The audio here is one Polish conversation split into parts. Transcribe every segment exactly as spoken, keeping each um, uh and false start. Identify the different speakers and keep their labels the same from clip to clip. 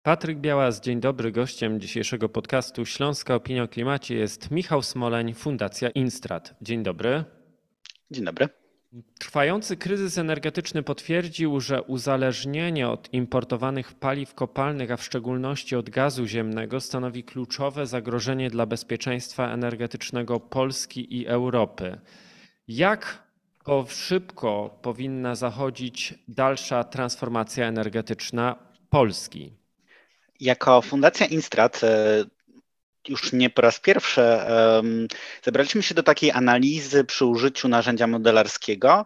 Speaker 1: Patryk Białas, dzień dobry. Gościem dzisiejszego podcastu Śląska Opinia o Klimacie jest Michał Smoleń, Fundacja Instrat. Dzień dobry.
Speaker 2: Dzień dobry.
Speaker 1: Trwający kryzys energetyczny potwierdził, że uzależnienie od importowanych paliw kopalnych, a w szczególności od gazu ziemnego, stanowi kluczowe zagrożenie dla bezpieczeństwa energetycznego Polski i Europy. Jak szybko powinna zachodzić dalsza transformacja energetyczna Polski?
Speaker 2: Jako Fundacja Instrat już nie po raz pierwszy zebraliśmy się do takiej analizy przy użyciu narzędzia modelarskiego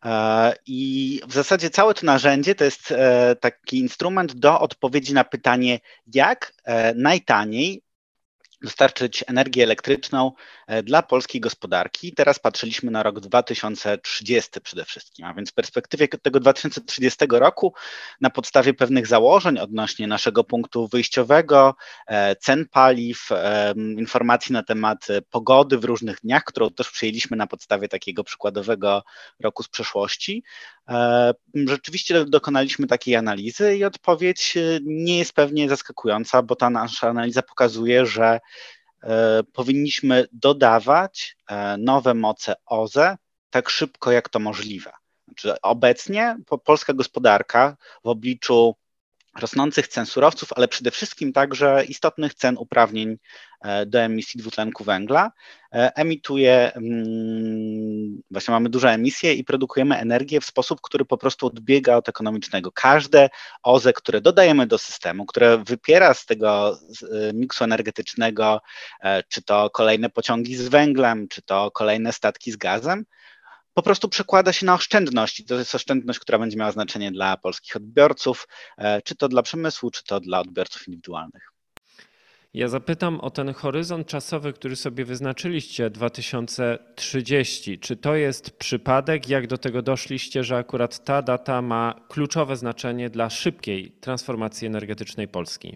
Speaker 2: i w zasadzie całe to narzędzie to jest taki instrument do odpowiedzi na pytanie, jak najtaniej dostarczyć energię elektryczną dla polskiej gospodarki. Teraz patrzyliśmy na rok dwa tysiące trzydziesty przede wszystkim, a więc w perspektywie tego dwa tysiące trzydziestego roku na podstawie pewnych założeń odnośnie naszego punktu wyjściowego, cen paliw, informacji na temat pogody w różnych dniach, którą też przyjęliśmy na podstawie takiego przykładowego roku z przeszłości. Rzeczywiście dokonaliśmy takiej analizy i odpowiedź nie jest pewnie zaskakująca, bo ta nasza analiza pokazuje, że powinniśmy dodawać nowe moce O Z E tak szybko, jak to możliwe. Znaczy, obecnie polska gospodarka w obliczu rosnących cen surowców, ale przede wszystkim także istotnych cen uprawnień do emisji dwutlenku węgla, emituje, właśnie mamy duże emisje i produkujemy energię w sposób, który po prostu odbiega od ekonomicznego. Każde O Z E, które dodajemy do systemu, które wypiera z tego miksu energetycznego, czy to kolejne pociągi z węglem, czy to kolejne statki z gazem, po prostu przekłada się na oszczędność i to jest oszczędność, która będzie miała znaczenie dla polskich odbiorców, czy to dla przemysłu, czy to dla odbiorców indywidualnych.
Speaker 1: Ja zapytam o ten horyzont czasowy, który sobie wyznaczyliście, dwa tysiące trzydziesty. Czy to jest przypadek? Jak do tego doszliście, że akurat ta data ma kluczowe znaczenie dla szybkiej transformacji energetycznej Polski?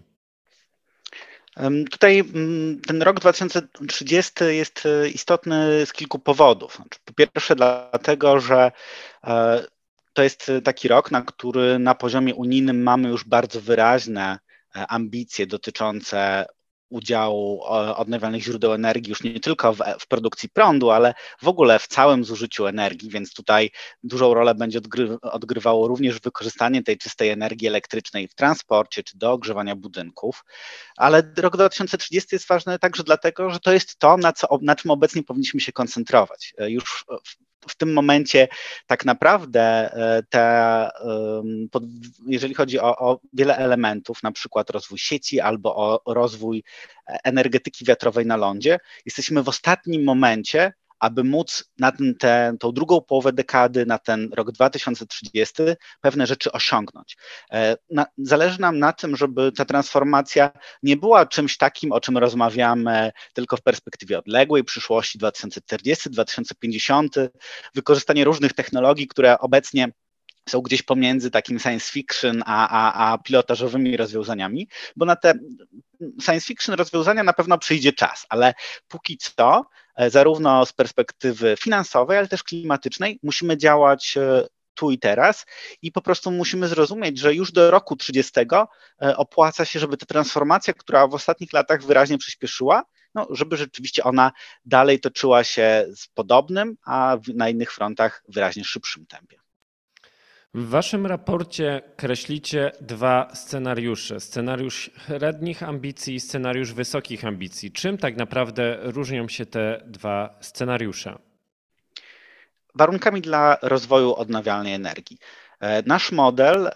Speaker 2: Tutaj ten rok dwa tysiące trzydziesty jest istotny z kilku powodów. Po pierwsze dlatego, że to jest taki rok, na który na poziomie unijnym mamy już bardzo wyraźne ambicje dotyczące udziału odnawialnych źródeł energii już nie tylko w, w produkcji prądu, ale w ogóle w całym zużyciu energii, więc tutaj dużą rolę będzie odgry, odgrywało również wykorzystanie tej czystej energii elektrycznej w transporcie czy do ogrzewania budynków. Ale rok dwa tysiące trzydziesty jest ważny także dlatego, że to jest to, na, co, na czym obecnie powinniśmy się koncentrować. Już w, w tym momencie tak naprawdę te, jeżeli chodzi o, o wiele elementów, na przykład rozwój sieci albo o rozwój energetyki wiatrowej na lądzie, jesteśmy w ostatnim momencie, aby móc na ten, ten, tą drugą połowę dekady, na ten rok dwa tysiące trzydziesty pewne rzeczy osiągnąć. Na, zależy nam na tym, żeby ta transformacja nie była czymś takim, o czym rozmawiamy tylko w perspektywie odległej przyszłości dwa tysiące czterdziesty dwa tysiące pięćdziesiąty, wykorzystanie różnych technologii, które obecnie są gdzieś pomiędzy takim science fiction a, a, a pilotażowymi rozwiązaniami, bo na te science fiction rozwiązania na pewno przyjdzie czas, ale póki co, zarówno z perspektywy finansowej, ale też klimatycznej, musimy działać tu i teraz i po prostu musimy zrozumieć, że już do roku trzydziestego opłaca się, żeby ta transformacja, która w ostatnich latach wyraźnie przyspieszyła, no, żeby rzeczywiście ona dalej toczyła się z podobnym, a na innych frontach wyraźnie szybszym tempie.
Speaker 1: W waszym raporcie kreślicie dwa scenariusze. Scenariusz średnich ambicji i scenariusz wysokich ambicji. Czym tak naprawdę różnią się te dwa scenariusze?
Speaker 2: Warunkami dla rozwoju odnawialnej energii. Nasz model,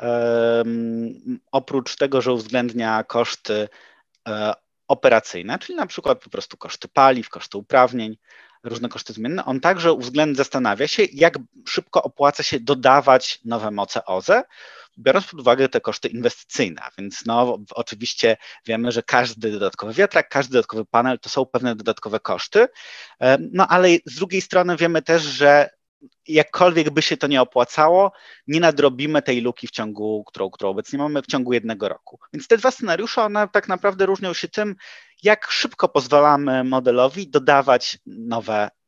Speaker 2: oprócz tego, że uwzględnia koszty operacyjne, czyli na przykład po prostu koszty paliw, koszty uprawnień, różne koszty zmienne, on także uwzględnia, zastanawia się, jak szybko opłaca się dodawać nowe moce O Z E, biorąc pod uwagę te koszty inwestycyjne. Więc no, oczywiście wiemy, że każdy dodatkowy wiatrak, każdy dodatkowy panel to są pewne dodatkowe koszty, no ale z drugiej strony wiemy też, że jakkolwiek by się to nie opłacało, nie nadrobimy tej luki w ciągu, którą, którą obecnie mamy, w ciągu jednego roku. Więc te dwa scenariusze, one tak naprawdę różnią się tym, jak szybko pozwalamy modelowi dodawać nowe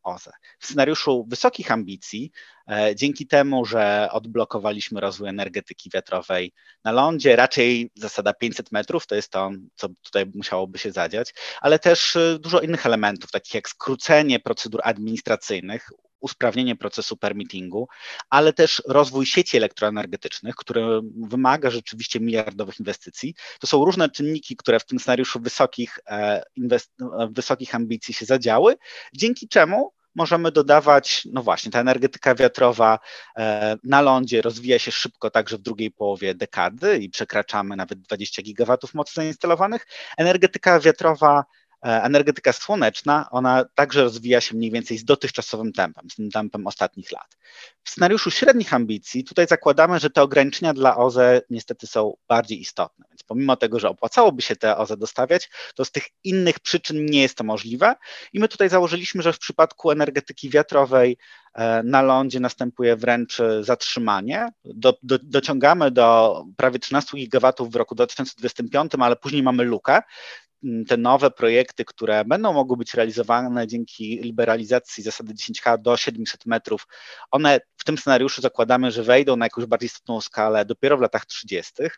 Speaker 2: O Z E. W scenariuszu wysokich ambicji, dzięki temu, że odblokowaliśmy rozwój energetyki wiatrowej na lądzie, raczej zasada pięćset metrów, to jest to, co tutaj musiałoby się zadziać, ale też dużo innych elementów, takich jak skrócenie procedur administracyjnych, usprawnienie procesu permittingu, ale też rozwój sieci elektroenergetycznych, który wymaga rzeczywiście miliardowych inwestycji. To są różne czynniki, które w tym scenariuszu wysokich, wysokich ambicji się zadziały, dzięki czemu możemy dodawać, no właśnie, ta energetyka wiatrowa na lądzie rozwija się szybko także w drugiej połowie dekady i przekraczamy nawet dwadzieścia gigawatów mocy zainstalowanych. Energetyka wiatrowa, energetyka słoneczna, ona także rozwija się mniej więcej z dotychczasowym tempem, z tym tempem ostatnich lat. W scenariuszu średnich ambicji tutaj zakładamy, że te ograniczenia dla O Z E niestety są bardziej istotne, więc pomimo tego, że opłacałoby się te O Z E dostawiać, to z tych innych przyczyn nie jest to możliwe i my tutaj założyliśmy, że w przypadku energetyki wiatrowej na lądzie następuje wręcz zatrzymanie. Do, do, dociągamy do prawie trzynastu gigawatów w roku dwa tysiące dwudziestym piątym, ale później mamy lukę. Te nowe projekty, które będą mogły być realizowane dzięki liberalizacji zasady dziesięć H do siedmiuset metrów, one w tym scenariuszu zakładamy, że wejdą na jakąś bardziej istotną skalę dopiero w latach trzydziestych.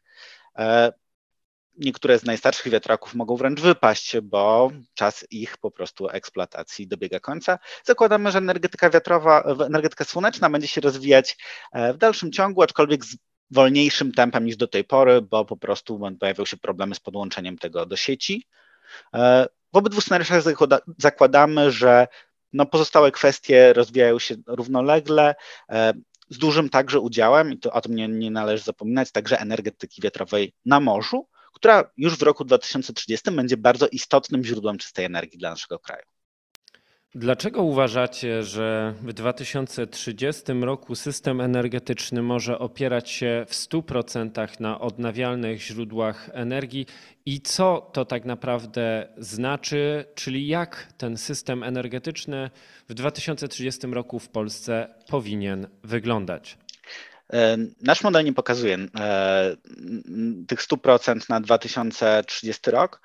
Speaker 2: Niektóre z najstarszych wiatraków mogą wręcz wypaść, bo czas ich po prostu eksploatacji dobiega końca. Zakładamy, że energetyka wiatrowa, energetyka słoneczna będzie się rozwijać w dalszym ciągu, aczkolwiek z wolniejszym tempem niż do tej pory, bo po prostu pojawią się problemy z podłączeniem tego do sieci. W obydwu scenariuszach zakładamy, że no pozostałe kwestie rozwijają się równolegle, z dużym także udziałem, i to o tym nie, nie należy zapominać, także energetyki wiatrowej na morzu, która już w roku dwa tysiące trzydziestym będzie bardzo istotnym źródłem czystej energii dla naszego kraju.
Speaker 1: Dlaczego uważacie, że w dwa tysiące trzydziestym roku system energetyczny może opierać się w stu procentach na odnawialnych źródłach energii i co to tak naprawdę znaczy, czyli jak ten system energetyczny w dwa tysiące trzydziestym roku w Polsce powinien wyglądać?
Speaker 2: Nasz model nie pokazuje tych stu procent na dwa tysiące trzydziesty rok.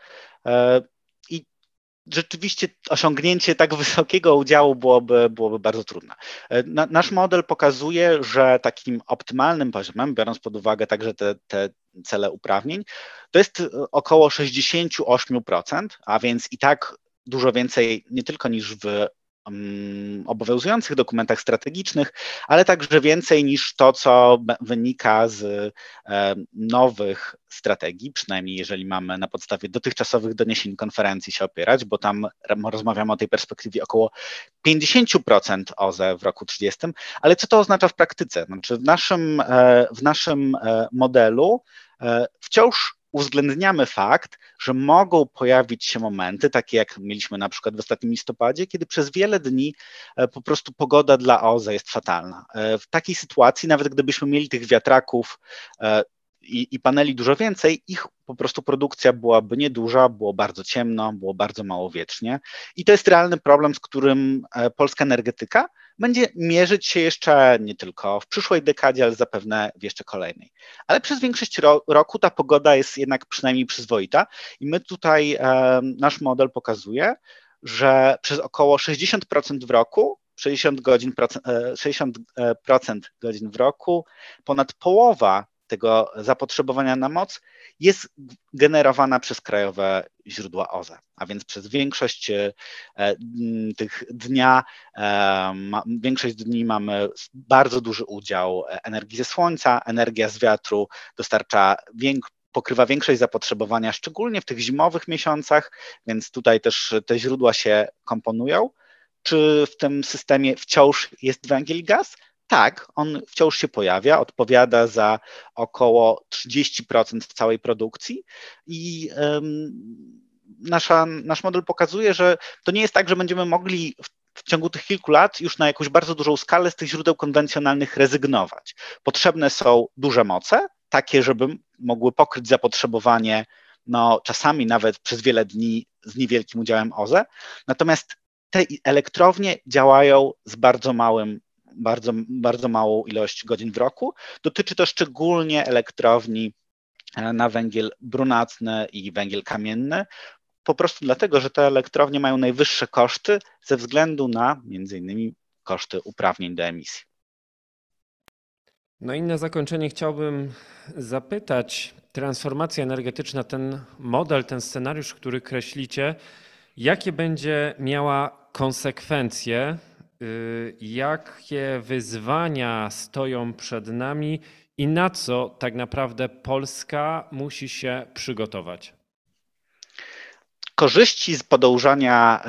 Speaker 2: I rzeczywiście osiągnięcie tak wysokiego udziału byłoby, byłoby bardzo trudne. Nasz model pokazuje, że takim optymalnym poziomem, biorąc pod uwagę także te, te cele uprawnień, to jest około sześćdziesiąt osiem procent, a więc i tak dużo więcej nie tylko niż w obowiązujących dokumentach strategicznych, ale także więcej niż to, co wynika z nowych strategii, przynajmniej jeżeli mamy na podstawie dotychczasowych doniesień konferencji się opierać, bo tam rozmawiamy o tej perspektywie około pięćdziesiąt procent O Z E w roku trzydziestym, ale co to oznacza w praktyce? Znaczy w naszym, w naszym modelu wciąż uwzględniamy fakt, że mogą pojawić się momenty, takie jak mieliśmy na przykład w ostatnim listopadzie, kiedy przez wiele dni po prostu pogoda dla O Z E jest fatalna. W takiej sytuacji, nawet gdybyśmy mieli tych wiatraków i, i paneli dużo więcej, ich po prostu produkcja byłaby nieduża, było bardzo ciemno, było bardzo mało wietrznie i to jest realny problem, z którym polska energetyka będzie mierzyć się jeszcze nie tylko w przyszłej dekadzie, ale zapewne w jeszcze kolejnej. Ale przez większość ro roku ta pogoda jest jednak przynajmniej przyzwoita i my tutaj, e, nasz model pokazuje, że przez około sześćdziesiąt procent w roku, sześćdziesiąt godzin, sześćdziesiąt procent godzin w roku, ponad połowa tego zapotrzebowania na moc jest generowana przez krajowe źródła O Z E, a więc przez większość tych dnia, większość dni mamy bardzo duży udział energii ze słońca, energia z wiatru dostarcza większość pokrywa większość zapotrzebowania, szczególnie w tych zimowych miesiącach, więc tutaj też te źródła się komponują. Czy w tym systemie wciąż jest węgiel i gaz? Tak, on wciąż się pojawia, odpowiada za około trzydzieści procent całej produkcji i um, nasza, nasz model pokazuje, że to nie jest tak, że będziemy mogli w, w ciągu tych kilku lat już na jakąś bardzo dużą skalę z tych źródeł konwencjonalnych rezygnować. Potrzebne są duże moce, takie, żeby mogły pokryć zapotrzebowanie, no czasami nawet przez wiele dni z niewielkim udziałem O Z E, natomiast te elektrownie działają z bardzo małym Bardzo, bardzo małą ilość godzin w roku. Dotyczy to szczególnie elektrowni na węgiel brunatny i węgiel kamienny. po prostu dlatego, że te elektrownie mają najwyższe koszty ze względu na między innymi koszty uprawnień do emisji.
Speaker 1: No i na zakończenie chciałbym zapytać, transformacja energetyczna, ten model, ten scenariusz, który kreślicie, jakie będzie miała konsekwencje, jakie wyzwania stoją przed nami i na co tak naprawdę Polska musi się przygotować?
Speaker 2: Korzyści z podążania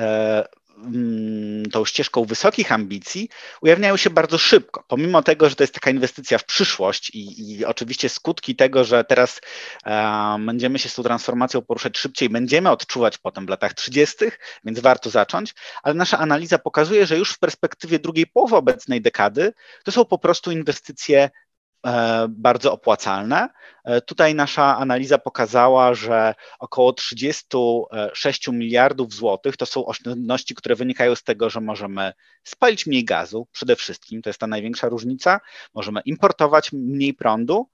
Speaker 2: tą ścieżką wysokich ambicji ujawniają się bardzo szybko, pomimo tego, że to jest taka inwestycja w przyszłość i, i oczywiście skutki tego, że teraz um, będziemy się z tą transformacją poruszać szybciej, będziemy odczuwać potem w latach trzydziestych, więc warto zacząć, ale nasza analiza pokazuje, że już w perspektywie drugiej połowy obecnej dekady to są po prostu inwestycje bardzo opłacalne. Tutaj nasza analiza pokazała, że około trzydzieści sześć miliardów złotych to są oszczędności, które wynikają z tego, że możemy spalić mniej gazu, przede wszystkim, to jest ta największa różnica, możemy importować mniej prądu.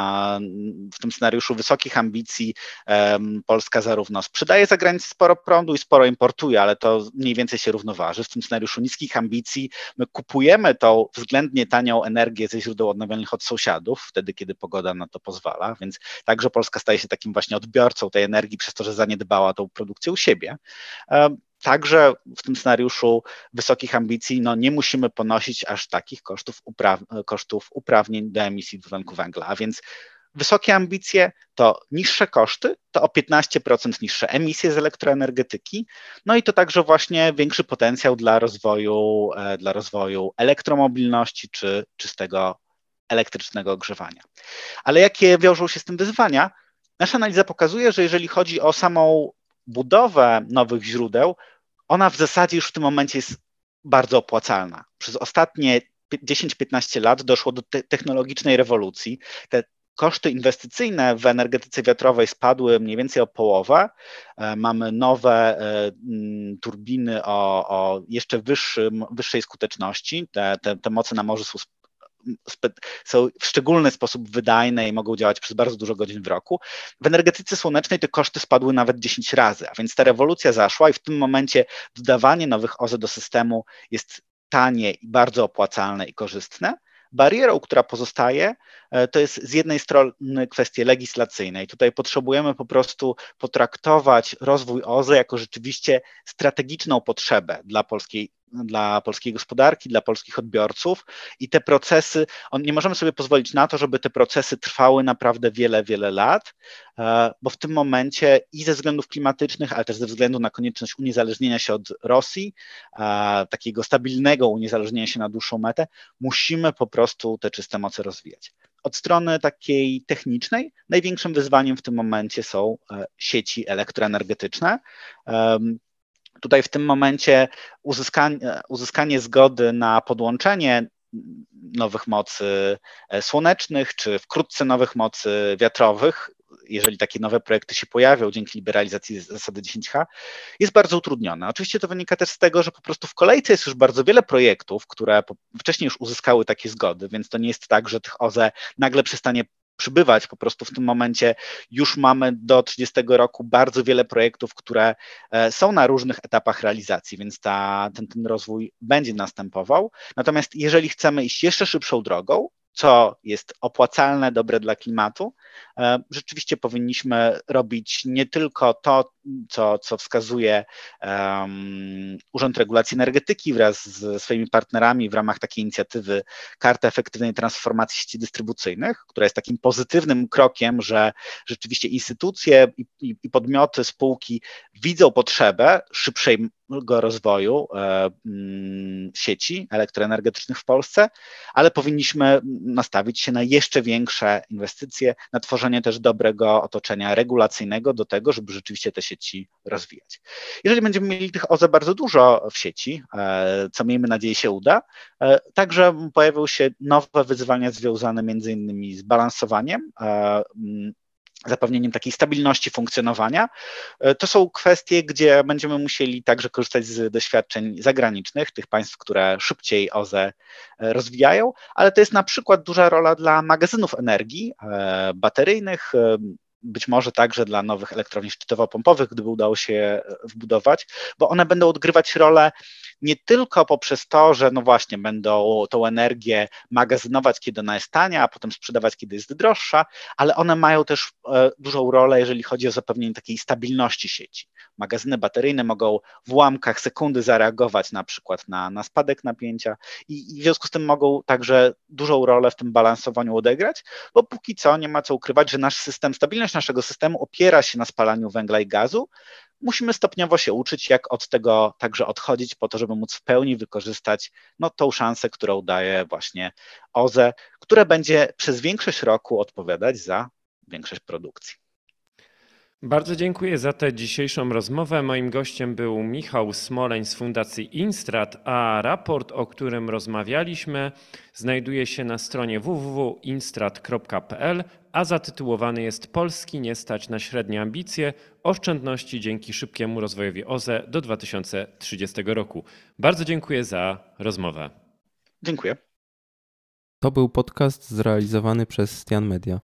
Speaker 2: W tym scenariuszu wysokich ambicji Polska zarówno sprzedaje za granicę sporo prądu i sporo importuje, ale to mniej więcej się równoważy. W tym scenariuszu niskich ambicji my kupujemy tą względnie tanią energię ze źródeł odnawialnych od sąsiadów, wtedy kiedy pogoda na to pozwala, więc także Polska staje się takim właśnie odbiorcą tej energii przez to, że zaniedbała tą produkcję u siebie. Także w tym scenariuszu wysokich ambicji no, nie musimy ponosić aż takich kosztów, upraw kosztów uprawnień do emisji dwutlenku węgla, a więc wysokie ambicje to niższe koszty, to o piętnaście procent niższe emisje z elektroenergetyki, no i to także właśnie większy potencjał dla rozwoju, dla rozwoju elektromobilności czy czystego elektrycznego ogrzewania. Ale jakie wiążą się z tym wyzwania? Nasza analiza pokazuje, że jeżeli chodzi o samą budowę nowych źródeł, ona w zasadzie już w tym momencie jest bardzo opłacalna. Przez ostatnie dziesięć piętnaście lat doszło do te technologicznej rewolucji. Te koszty inwestycyjne w energetyce wiatrowej spadły mniej więcej o połowę. Mamy nowe turbiny o, o jeszcze wyższym, wyższej skuteczności. Te, te, te moce na morzu są są w szczególny sposób wydajne i mogą działać przez bardzo dużo godzin w roku. W energetyce słonecznej te koszty spadły nawet dziesięć razy, a więc ta rewolucja zaszła i w tym momencie dodawanie nowych O Z E do systemu jest tanie i bardzo opłacalne i korzystne. Barierą, która pozostaje, to jest z jednej strony kwestie legislacyjne i tutaj potrzebujemy po prostu potraktować rozwój O Z E jako rzeczywiście strategiczną potrzebę dla polskiej dla polskiej gospodarki, dla polskich odbiorców i te procesy, on, nie możemy sobie pozwolić na to, żeby te procesy trwały naprawdę wiele, wiele lat, bo w tym momencie i ze względów klimatycznych, ale też ze względu na konieczność uniezależnienia się od Rosji, takiego stabilnego uniezależnienia się na dłuższą metę, musimy po prostu te czyste moce rozwijać. Od strony takiej technicznej największym wyzwaniem w tym momencie są sieci elektroenergetyczne. Tutaj w tym momencie uzyskanie, uzyskanie zgody na podłączenie nowych mocy słonecznych, czy wkrótce nowych mocy wiatrowych, jeżeli takie nowe projekty się pojawią dzięki liberalizacji zasady dziesięć H, jest bardzo utrudnione. Oczywiście to wynika też z tego, że po prostu w kolejce jest już bardzo wiele projektów, które wcześniej już uzyskały takie zgody, więc to nie jest tak, że tych O Z E nagle przestanie przybywać. Po prostu w tym momencie już mamy do trzydziestego roku bardzo wiele projektów, które są na różnych etapach realizacji, więc ta, ten, ten rozwój będzie następował. Natomiast jeżeli chcemy iść jeszcze szybszą drogą, co jest opłacalne, dobre dla klimatu, rzeczywiście powinniśmy robić nie tylko to, co, co wskazuje um, Urząd Regulacji Energetyki wraz z swoimi partnerami w ramach takiej inicjatywy Karta Efektywnej Transformacji Sieci Dystrybucyjnych, która jest takim pozytywnym krokiem, że rzeczywiście instytucje i, i, i podmioty, spółki widzą potrzebę szybszego rozwoju e, m, sieci elektroenergetycznych w Polsce, ale powinniśmy nastawić się na jeszcze większe inwestycje, na tworzenie też dobrego otoczenia regulacyjnego do tego, żeby rzeczywiście te sieci rozwijać. Jeżeli będziemy mieli tych O Z E bardzo dużo w sieci, co miejmy nadzieję się uda, także pojawią się nowe wyzwania związane między innymi z balansowaniem, zapewnieniem takiej stabilności funkcjonowania. To są kwestie, gdzie będziemy musieli także korzystać z doświadczeń zagranicznych, tych państw, które szybciej O Z E rozwijają, ale to jest na przykład duża rola dla magazynów energii bateryjnych, być może także dla nowych elektrowni szczytowo-pompowych, gdyby udało się je wbudować, bo one będą odgrywać rolę nie tylko poprzez to, że no właśnie będą tą energię magazynować, kiedy ona jest tania, a potem sprzedawać, kiedy jest droższa, ale one mają też dużą rolę, jeżeli chodzi o zapewnienie takiej stabilności sieci. Magazyny bateryjne mogą w ułamkach sekundy zareagować na przykład na, na spadek napięcia i, i w związku z tym mogą także dużą rolę w tym balansowaniu odegrać, bo póki co nie ma co ukrywać, że nasz system, stabilność naszego systemu opiera się na spalaniu węgla i gazu. Musimy stopniowo się uczyć, jak od tego także odchodzić, po to, żeby móc w pełni wykorzystać no, tą szansę, którą daje właśnie O Z E, które będzie przez większość roku odpowiadać za większość produkcji.
Speaker 1: Bardzo dziękuję za tę dzisiejszą rozmowę. Moim gościem był Michał Smoleń z Fundacji Instrat, a raport, o którym rozmawialiśmy, znajduje się na stronie w w w kropka instrat kropka p l, a zatytułowany jest Polski nie stać na średnie ambicje, oszczędności dzięki szybkiemu rozwojowi O Z E do dwa tysiące trzydziestego roku. Bardzo dziękuję za rozmowę.
Speaker 2: Dziękuję.
Speaker 3: To był podcast zrealizowany przez Stian Media.